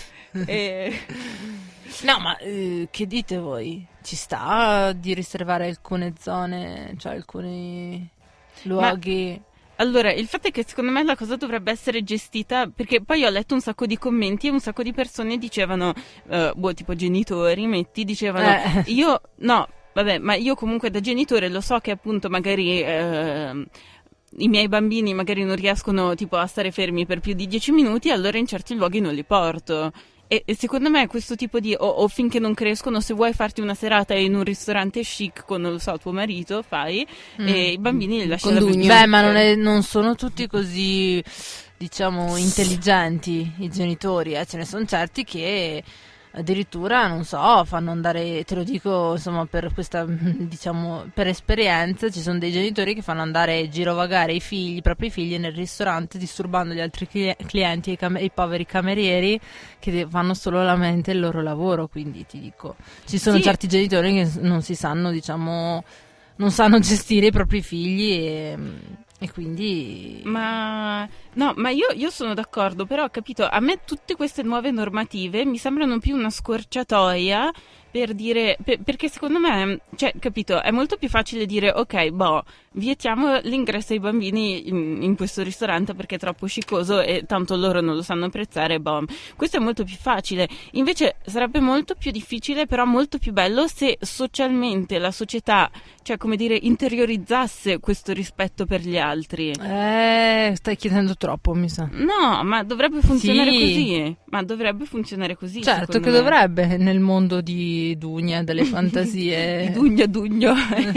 Eh, No, ma eh, che dite voi? Ci sta di riservare alcune zone, cioè alcuni luoghi? Allora, il fatto è che secondo me la cosa dovrebbe essere gestita, perché poi ho letto un sacco di commenti e un sacco di persone dicevano, eh, boh, tipo genitori, metti, dicevano, Eh. io, no, vabbè, ma io comunque da genitore lo so che appunto magari... eh, i miei bambini magari non riescono tipo a stare fermi per più di dieci minuti, allora in certi luoghi non li porto. E, e secondo me questo tipo di, o, o finché non crescono, se vuoi farti una serata in un ristorante chic con, non lo so, tuo marito, fai, Mm. e i bambini li lasci Con da Dugno. Beh, ma non, è- non sono tutti così, diciamo, intelligenti i genitori, eh. Ce ne sono certi che addirittura, non so, fanno andare, te lo dico, insomma, per questa, diciamo, per esperienza, ci sono dei genitori che fanno andare girovagare i figli, i propri figli nel ristorante, disturbando gli altri cli- clienti e i, cam- i poveri camerieri che de- fanno solo la mente il loro lavoro, quindi ti dico, ci sono Sì. certi genitori che s- non si sanno, diciamo, non sanno gestire i propri figli e, e quindi... Ma no, ma io, io sono d'accordo, però ho capito, a me tutte queste nuove normative mi sembrano più una scorciatoia per dire, per- perché secondo me, cioè, capito, è molto più facile dire, ok, boh, vietiamo l'ingresso ai bambini in, in questo ristorante perché è troppo sciccoso e tanto loro non lo sanno apprezzare, boh. Questo è molto più facile. Invece sarebbe molto più difficile, però molto più bello se socialmente la società, cioè, come dire, interiorizzasse questo rispetto per gli altri. Eh, stai chiedendo troppo, mi sa. No, ma dovrebbe funzionare Sì. così. Ma dovrebbe funzionare così. Certo secondo che me. dovrebbe, nel mondo di Dugna, delle fantasie. Di Dugno a Dugno.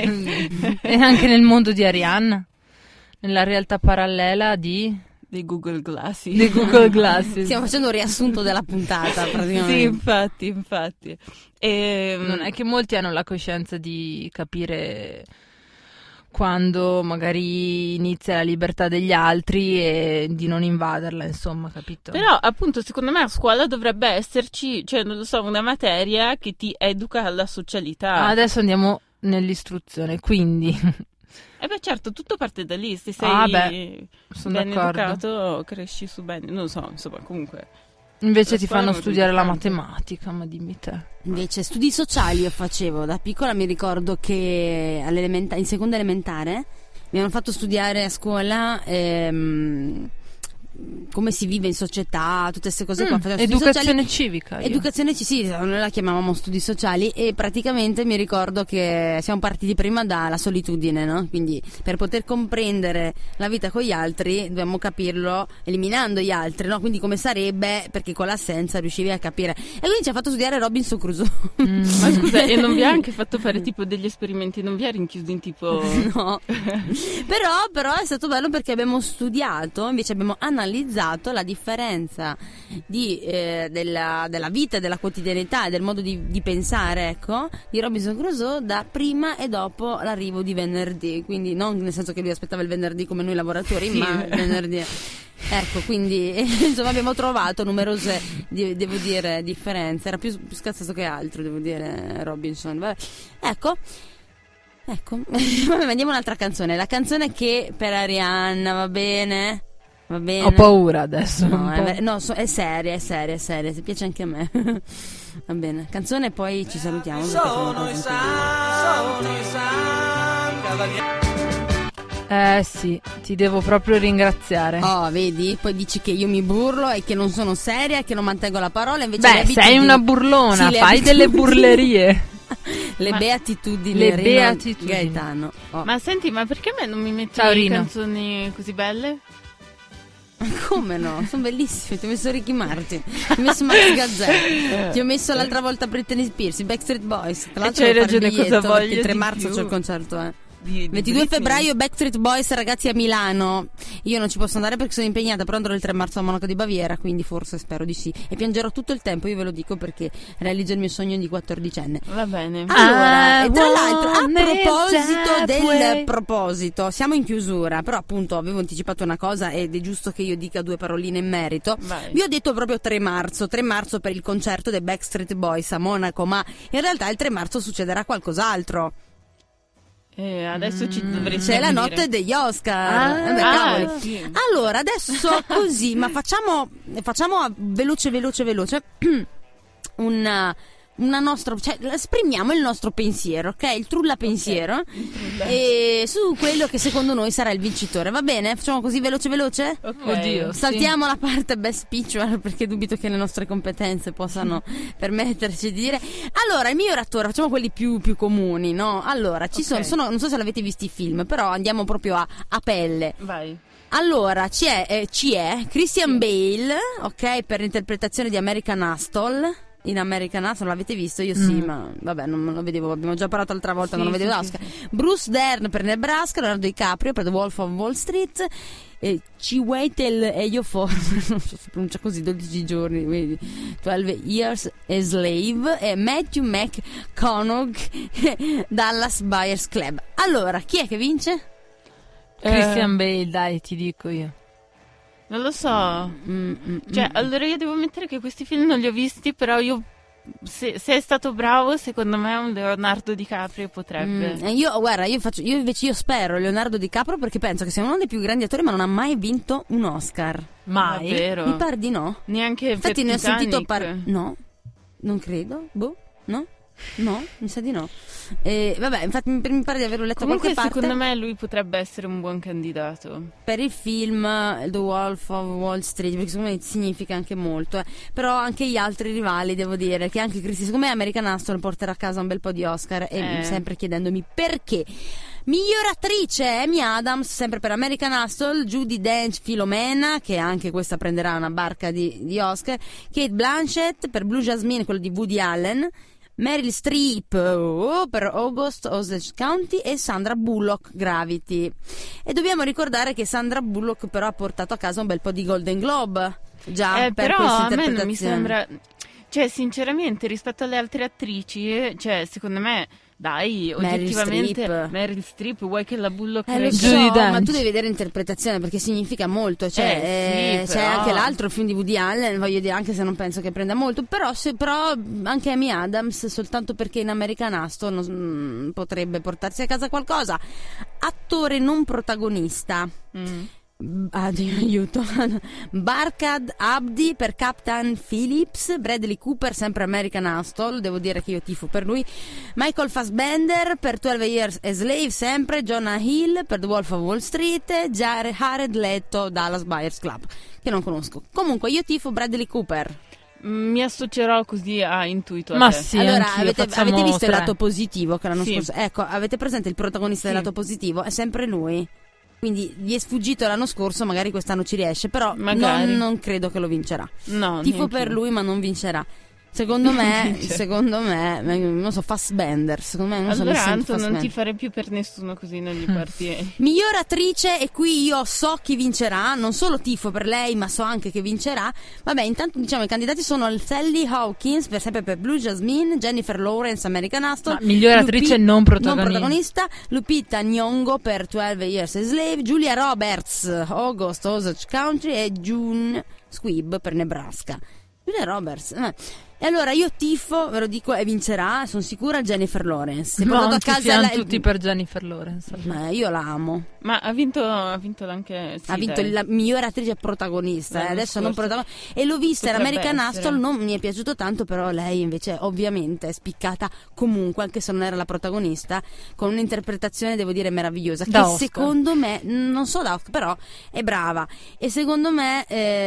E anche nel mondo di Arianna, nella realtà parallela di, Dei Google Glasses. di Google Glasses. Stiamo facendo un riassunto della puntata, praticamente. Sì, infatti, infatti. E, Non è che molti hanno la coscienza di capire quando magari inizia la libertà degli altri e di non invaderla, insomma, capito? Però, appunto, secondo me a scuola dovrebbe esserci, cioè, non lo so, una materia che ti educa alla socialità. Ah, adesso andiamo nell'istruzione, quindi E beh, certo, tutto parte da lì. Se sei Ah, beh, sono ben d'accordo. educato, cresci su bene. Non lo so, insomma, comunque. Invece La ti scuola è fanno molto studiare la importante. matematica, ma dimmi te. Invece studi sociali io facevo da piccola, mi ricordo che all'elementa- in seconda elementare mi hanno fatto studiare a scuola ehm, come si vive in società, tutte queste cose qua. Mm, Facevo studi educazione sociali. civica. io. Educazione ci sì, noi la chiamavamo studi sociali e praticamente mi ricordo che siamo partiti prima dalla solitudine, no? Quindi per poter comprendere la vita con gli altri dobbiamo capirlo eliminando gli altri, no? Quindi come sarebbe, perché con l'assenza riuscivi a capire. E quindi ci ha fatto studiare Robinson Crusoe. Mm. Ma scusa, e non vi ha anche fatto fare tipo degli esperimenti? Non vi ha rinchiuso in tipo... No, però, però è stato bello perché abbiamo studiato, invece abbiamo analizzato la differenza di, eh, della, della vita, della quotidianità e del modo di, di pensare, ecco, di Robinson Crusoe da prima e dopo l'arrivo di venerdì, quindi non nel senso che lui aspettava il venerdì come noi lavoratori, Sì. ma il venerdì. Ecco, quindi insomma abbiamo trovato numerose, di- devo dire, differenze. Era più, più scazzato che altro, devo dire, Robinson. Vabbè. Ecco. Ecco, vabbè, mandiamo un'altra canzone. La canzone che per Arianna va bene? Va bene? Ho paura adesso. No, un è, po'. ver- no, so- è seria, è seria, è seria. Se piace anche a me. Va bene. Canzone e poi ci salutiamo. perché siamo Sono i quasi San, sono i San Cavalieri. Eh sì, ti devo proprio ringraziare. Oh, vedi? Poi dici che io mi burlo e che non sono seria e che non mantengo la parola. Invece le Beh, abitudini- sei una burlona, Sì, le fai delle abitudini- burlerie. Le Ma- beatitudini. Le Rino beatitudini. Gaetano. Oh. Ma senti, ma perché a me non mi metti Ciao, Rino. canzoni così belle? Come no? Sono bellissime. Ti ho messo Ricky Martin, ti ho messo Max Gazzè, ti ho messo l'altra volta Britney Spears, i Backstreet Boys. Tra l'altro c'hai devo fare il ragione, cosa biglietto, voglio perché il tre di marzo più? c'è il concerto, eh. Di, di ventidue Britney? febbraio Backstreet Boys, ragazzi, a Milano. Io non ci posso andare perché sono impegnata, però andrò il tre marzo a Monaco di Baviera, quindi forse spero di sì. E piangerò tutto il tempo, io ve lo dico, perché realizzo il mio sogno di quattordicenne. Va bene. Allora, I e tra l'altro, a want it proposito that del way. proposito, siamo in chiusura, però appunto avevo anticipato una cosa ed è giusto che io dica due paroline in merito. Vai. Vi ho detto proprio tre marzo, tre marzo per il concerto dei Backstreet Boys a Monaco, ma in realtà il tre marzo succederà qualcos'altro. Eh, adesso ci dovresti C'è la dire. notte degli Oscar. Ah, Vabbè, ah, cavoli. sì. Allora, adesso così, ma facciamo facciamo a- veloce veloce veloce una una nostra, cioè esprimiamo il nostro pensiero, ok? Il trulla pensiero e su quello che secondo noi sarà il vincitore, va bene? Facciamo così veloce veloce? Ok. Oddio. Sì. Saltiamo la parte best spiritual perché dubito che le nostre competenze possano permetterci di dire. Allora, il miglior attore, facciamo quelli più, più comuni, no? Allora, ci Ok. sono, sono, non so se l'avete visto i film, però andiamo proprio a, a pelle. Vai. Allora, ci è, eh, ci è Christian Bale, ok, per l'interpretazione di American Hustle. In American Hustle l'avete visto? Io sì, Mm. ma vabbè, non, non lo vedevo, abbiamo già parlato l'altra volta, Sì, non lo vedevo sì, l'Oscar. sì, Bruce Dern per Nebraska, Leonardo DiCaprio per The Wolf of Wall Street, e Chiwetel Ejiofor, non so se pronuncia così, dodici giorni, vedi, twelve Years a Slave, e Matthew McConaughey, Dallas Buyers Club. Allora, chi è che vince? Christian Bale, dai, ti dico io. Non lo so. Mm, mm, Cioè, mm. allora io devo ammettere che questi film non li ho visti, però io se, se è stato bravo, secondo me un Leonardo DiCaprio potrebbe. Mm, e io guarda, io faccio io invece io spero Leonardo DiCaprio perché penso che sia uno dei più grandi attori, ma non ha mai vinto un Oscar. Mai? Davvero? Mi pare di no. Neanche Infatti per ne ho sentito Titanic. par- no. Non credo. Boh, no? No, mi sa di no. E vabbè, infatti mi mi pare di averlo letto da Comunque qualche parte. secondo me lui potrebbe essere un buon candidato. Per il film eh, The Wolf of Wall Street, perché secondo me significa anche molto, eh. Però anche gli altri rivali, devo dire, che anche Christy, secondo me American Hustle porterà a casa un bel po' di Oscar, e Eh. sempre chiedendomi perché. Miglior attrice Amy Adams, sempre per American Hustle, Judi Dench, Filomena, che anche questa prenderà una barca di, di Oscar, Kate Blanchett per Blue Jasmine, quello di Woody Allen, Meryl Streep oh, per August Osage County e Sandra Bullock Gravity. E dobbiamo ricordare che Sandra Bullock però ha portato a casa un bel po' di Golden Globe già Eh, per però questa a me non mi interpretazione. sembra, cioè sinceramente rispetto alle altre attrici, eh, cioè secondo me dai, Meryl oggettivamente Streep. Meryl Streep, vuoi che la Bullock Eh, lo regga- so, Judi ma Dench. tu devi vedere interpretazione perché significa molto, cioè Eh, eh, sì, c'è però- anche l'altro film di Woody Allen, voglio dire, anche se non penso che prenda molto, però, se, però anche Amy Adams, soltanto perché in American Hustle non- mm, potrebbe portarsi a casa qualcosa. Attore non protagonista. Mm. Ah, Dio, aiuto. Barkad Abdi per Captain Phillips, Bradley Cooper sempre American Hustle, devo dire che io tifo per lui, Michael Fassbender per twelve Years a Slave sempre, Jonah Hill per The Wolf of Wall Street, Jared Leto Dallas Buyers Club, che non conosco. Comunque io tifo Bradley Cooper. Mi associerò così a intuito a Ma te. sì, allora anch'io, avete, facciamo avete visto tre. il lato positivo che l'anno Sì. scorso, ecco, avete presente il protagonista Sì. del lato positivo? È sempre lui. Quindi gli è sfuggito l'anno scorso, magari quest'anno ci riesce, però Magari. non, non credo che lo vincerà. No, Tifo neanch'io. per lui, ma non vincerà. Secondo me, vince. secondo me, non so, Fassbender. Secondo me, non so, mi Allora sento Anto non ti Fassbender. fare più per nessuno, così non gli parti. Miglior attrice, e qui io so chi vincerà, non solo tifo per lei, ma so anche che vincerà. Vabbè, intanto diciamo i candidati sono Sally Hawkins, per sempre per Blue Jasmine, Jennifer Lawrence, American Hustle, Ma miglior attrice non protagonista. non protagonista, Lupita Nyong'o per twelve Years a Slave, Julia Roberts, August Osage Country e June Squibb per Nebraska. Julia Roberts, eh. E allora io tifo, ve lo dico, e vincerà, sono sicura, Jennifer Lawrence. Si è No, portato a anche casa siamo la- tutti per Jennifer Lawrence. Ma io la amo. Ma ha vinto, ha vinto anche. Sì, Ha vinto dai. la migliore attrice protagonista, eh, L'anno adesso non scorso. protagonista. E l'ho vista in Potrebbe American essere. Hustle, non mi è piaciuto tanto, però lei invece ovviamente è spiccata comunque, anche se non era la protagonista, con un'interpretazione devo dire meravigliosa, Da che Oscar. secondo me, non so da Oscar, però è brava. E secondo me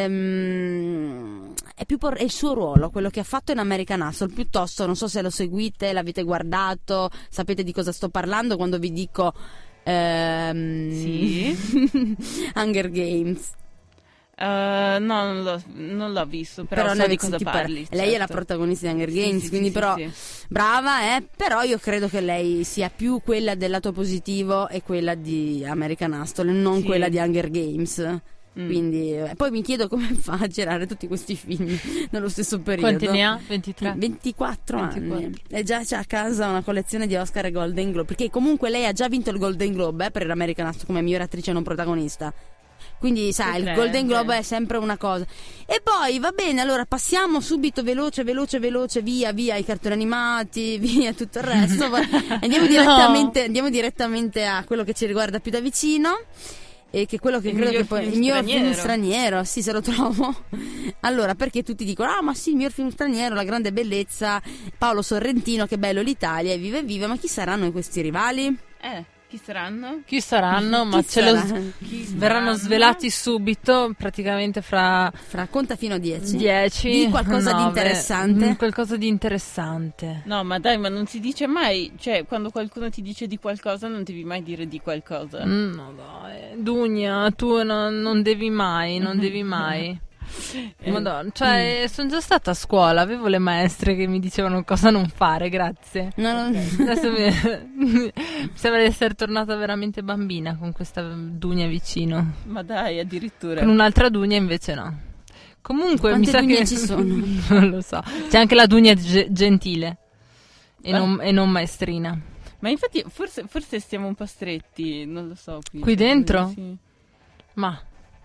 ehm, è più por- è il suo ruolo, quello che ha fatto in American Hustle, piuttosto, non so se lo seguite, l'avete guardato, sapete di cosa sto parlando quando vi dico ehm, Sì. Hunger Games. Uh, no, non l'ho, non l'ho visto, però, Però so ne di avete cosa sentito parli. parlare. Lei è la certo. protagonista di Hunger Sì, Games, sì, quindi sì, però sì, brava, eh? Però io credo che lei sia più quella del lato positivo e quella di American Hustle, non Sì. quella di Hunger Games. Mm. Quindi eh, poi mi chiedo come fa a girare tutti questi film nello stesso periodo. Quanti ne ha? ventitré? ventiquattro anni. ventiquattro. E già c'ha a casa una collezione di Oscar e Golden Globe, perché comunque lei ha già vinto il Golden Globe eh, per l'American Hustle come miglior attrice non protagonista. Quindi sai, il Potrebbe. Golden Globe è sempre una cosa. E poi va bene, allora passiamo subito veloce, veloce, veloce, via, via i cartoni animati, via tutto il resto. Andiamo No. direttamente, andiamo direttamente a quello che ci riguarda più da vicino. E che quello che Il credo miglior che poi film il mio straniero. film straniero, sì, se lo trovo. Allora, perché tutti dicono: "Ah, ma sì, il mio film straniero, la grande bellezza, Paolo Sorrentino, che bello l'Italia, e viva e viva". Ma chi saranno questi rivali? Eh, chi saranno? Chi saranno? Ma Chi ce lo sarà? Chi verranno saranno? svelati subito, praticamente fra Fra conta fino a dieci. dieci. Di qualcosa di nove. interessante. Mm, Qualcosa di interessante. No, ma dai, ma non si dice mai. Cioè, quando qualcuno ti dice di qualcosa, non devi mai dire di qualcosa. Mm, no, dai. Dugna, tu non, non devi mai, non devi mai. Eh, Madonna, cioè, sono già stata a scuola, avevo le maestre che mi dicevano cosa non fare, grazie. No, no, Adesso mi... mi sembra di essere tornata veramente bambina con questa Dugna vicino. Ma dai, addirittura. Con un'altra Dugna invece no. Comunque Quante mi sa Dugne che ci sono? non lo so. C'è anche la Dugna ge- gentile e Beh. non, e non maestrina. Ma infatti, forse, forse stiamo un po' stretti, non lo so. Qui, Qui dentro? Sì. Ma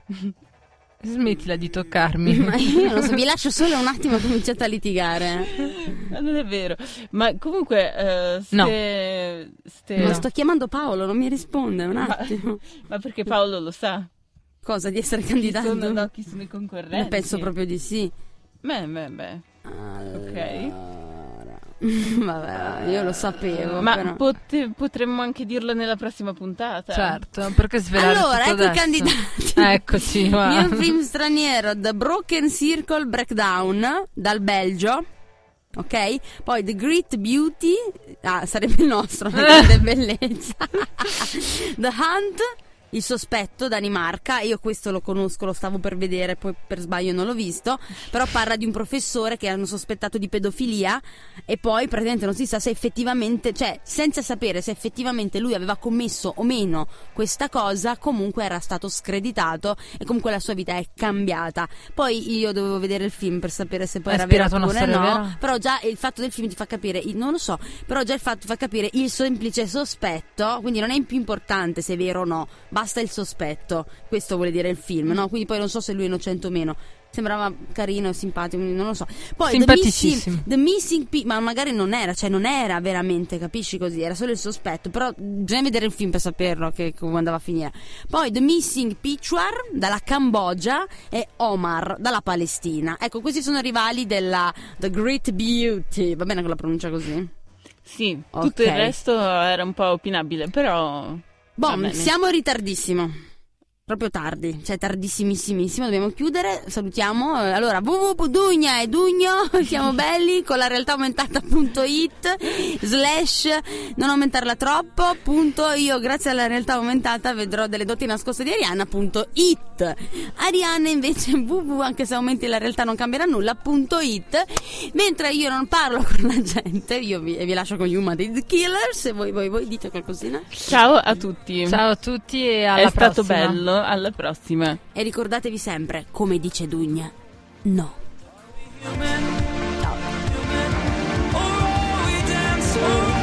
smettila di toccarmi. Ma io non lo so, vi lascio solo un attimo, cominciate a litigare. Ma non è vero. Ma comunque, eh, ste, No. ste- Ma No. sto chiamando Paolo, non mi risponde un Ma- attimo. ma perché Paolo lo sa? Cosa, di essere Chi candidato? sono, no, chi sono i concorrenti? Ma penso proprio di sì. Beh, beh, beh. Allora. Vabbè, io lo sapevo. Ma però. pote- potremmo anche dirlo nella prossima puntata. Certo, perché svelare Allora, tutto ecco i adesso? candidati. Eccoci, va. Mio film straniero, The Broken Circle Breakdown, dal Belgio. Ok? Poi The Great Beauty, ah, sarebbe il nostro, la grande bellezza. The Hunt, Il sospetto, Danimarca. Io questo lo conosco, lo stavo per vedere, poi per sbaglio non l'ho visto. Però parla di un professore che hanno sospettato di pedofilia e poi praticamente non si sa se effettivamente, cioè senza sapere se effettivamente lui aveva commesso o meno questa cosa, comunque era stato screditato e comunque la sua vita è cambiata. Poi io dovevo vedere il film per sapere se poi È era vero ispirato a una oppure storia no. vera? Però già il fatto del film ti fa capire, non lo so, però già il fatto ti fa capire il semplice sospetto, quindi non è più importante se è vero o no, basta il sospetto, questo vuole dire il film, no? Quindi poi non so se lui è innocente o meno. sembrava carino e simpatico, quindi non lo so. Poi The Simpaticissimo. Missing, The Missing Pe- ma magari non era, cioè non era veramente, capisci così, era solo il sospetto, però bisogna vedere il film per saperlo che come andava a finire. Poi The Missing Picture dalla Cambogia e Omar dalla Palestina. Ecco, questi sono rivali della The Great Beauty, va bene con la pronuncia così? Sì, Ok. tutto il resto era un po' opinabile, però... va Boh, bene. siamo in ritardissimo. Proprio tardi, cioè tardissimissimissimo, dobbiamo chiudere, salutiamo. Eh, Allora, w w w punto dugna e dugno, siamo belli, con la realtà aumentata punto it, slash non aumentarla troppo, punto io grazie alla realtà aumentata vedrò delle doti nascoste di Arianna punto it. Arianna invece www, anche se aumenti la realtà non cambierà nulla, punto it. Mentre io non parlo con la gente, io vi, vi lascio con gli Human Dead Killers, e voi, voi, voi dite qualcosina. Ciao a tutti. Ciao a tutti e alla È stato prossima. bello, alla prossima. E ricordatevi sempre, come dice Dugna, no. Human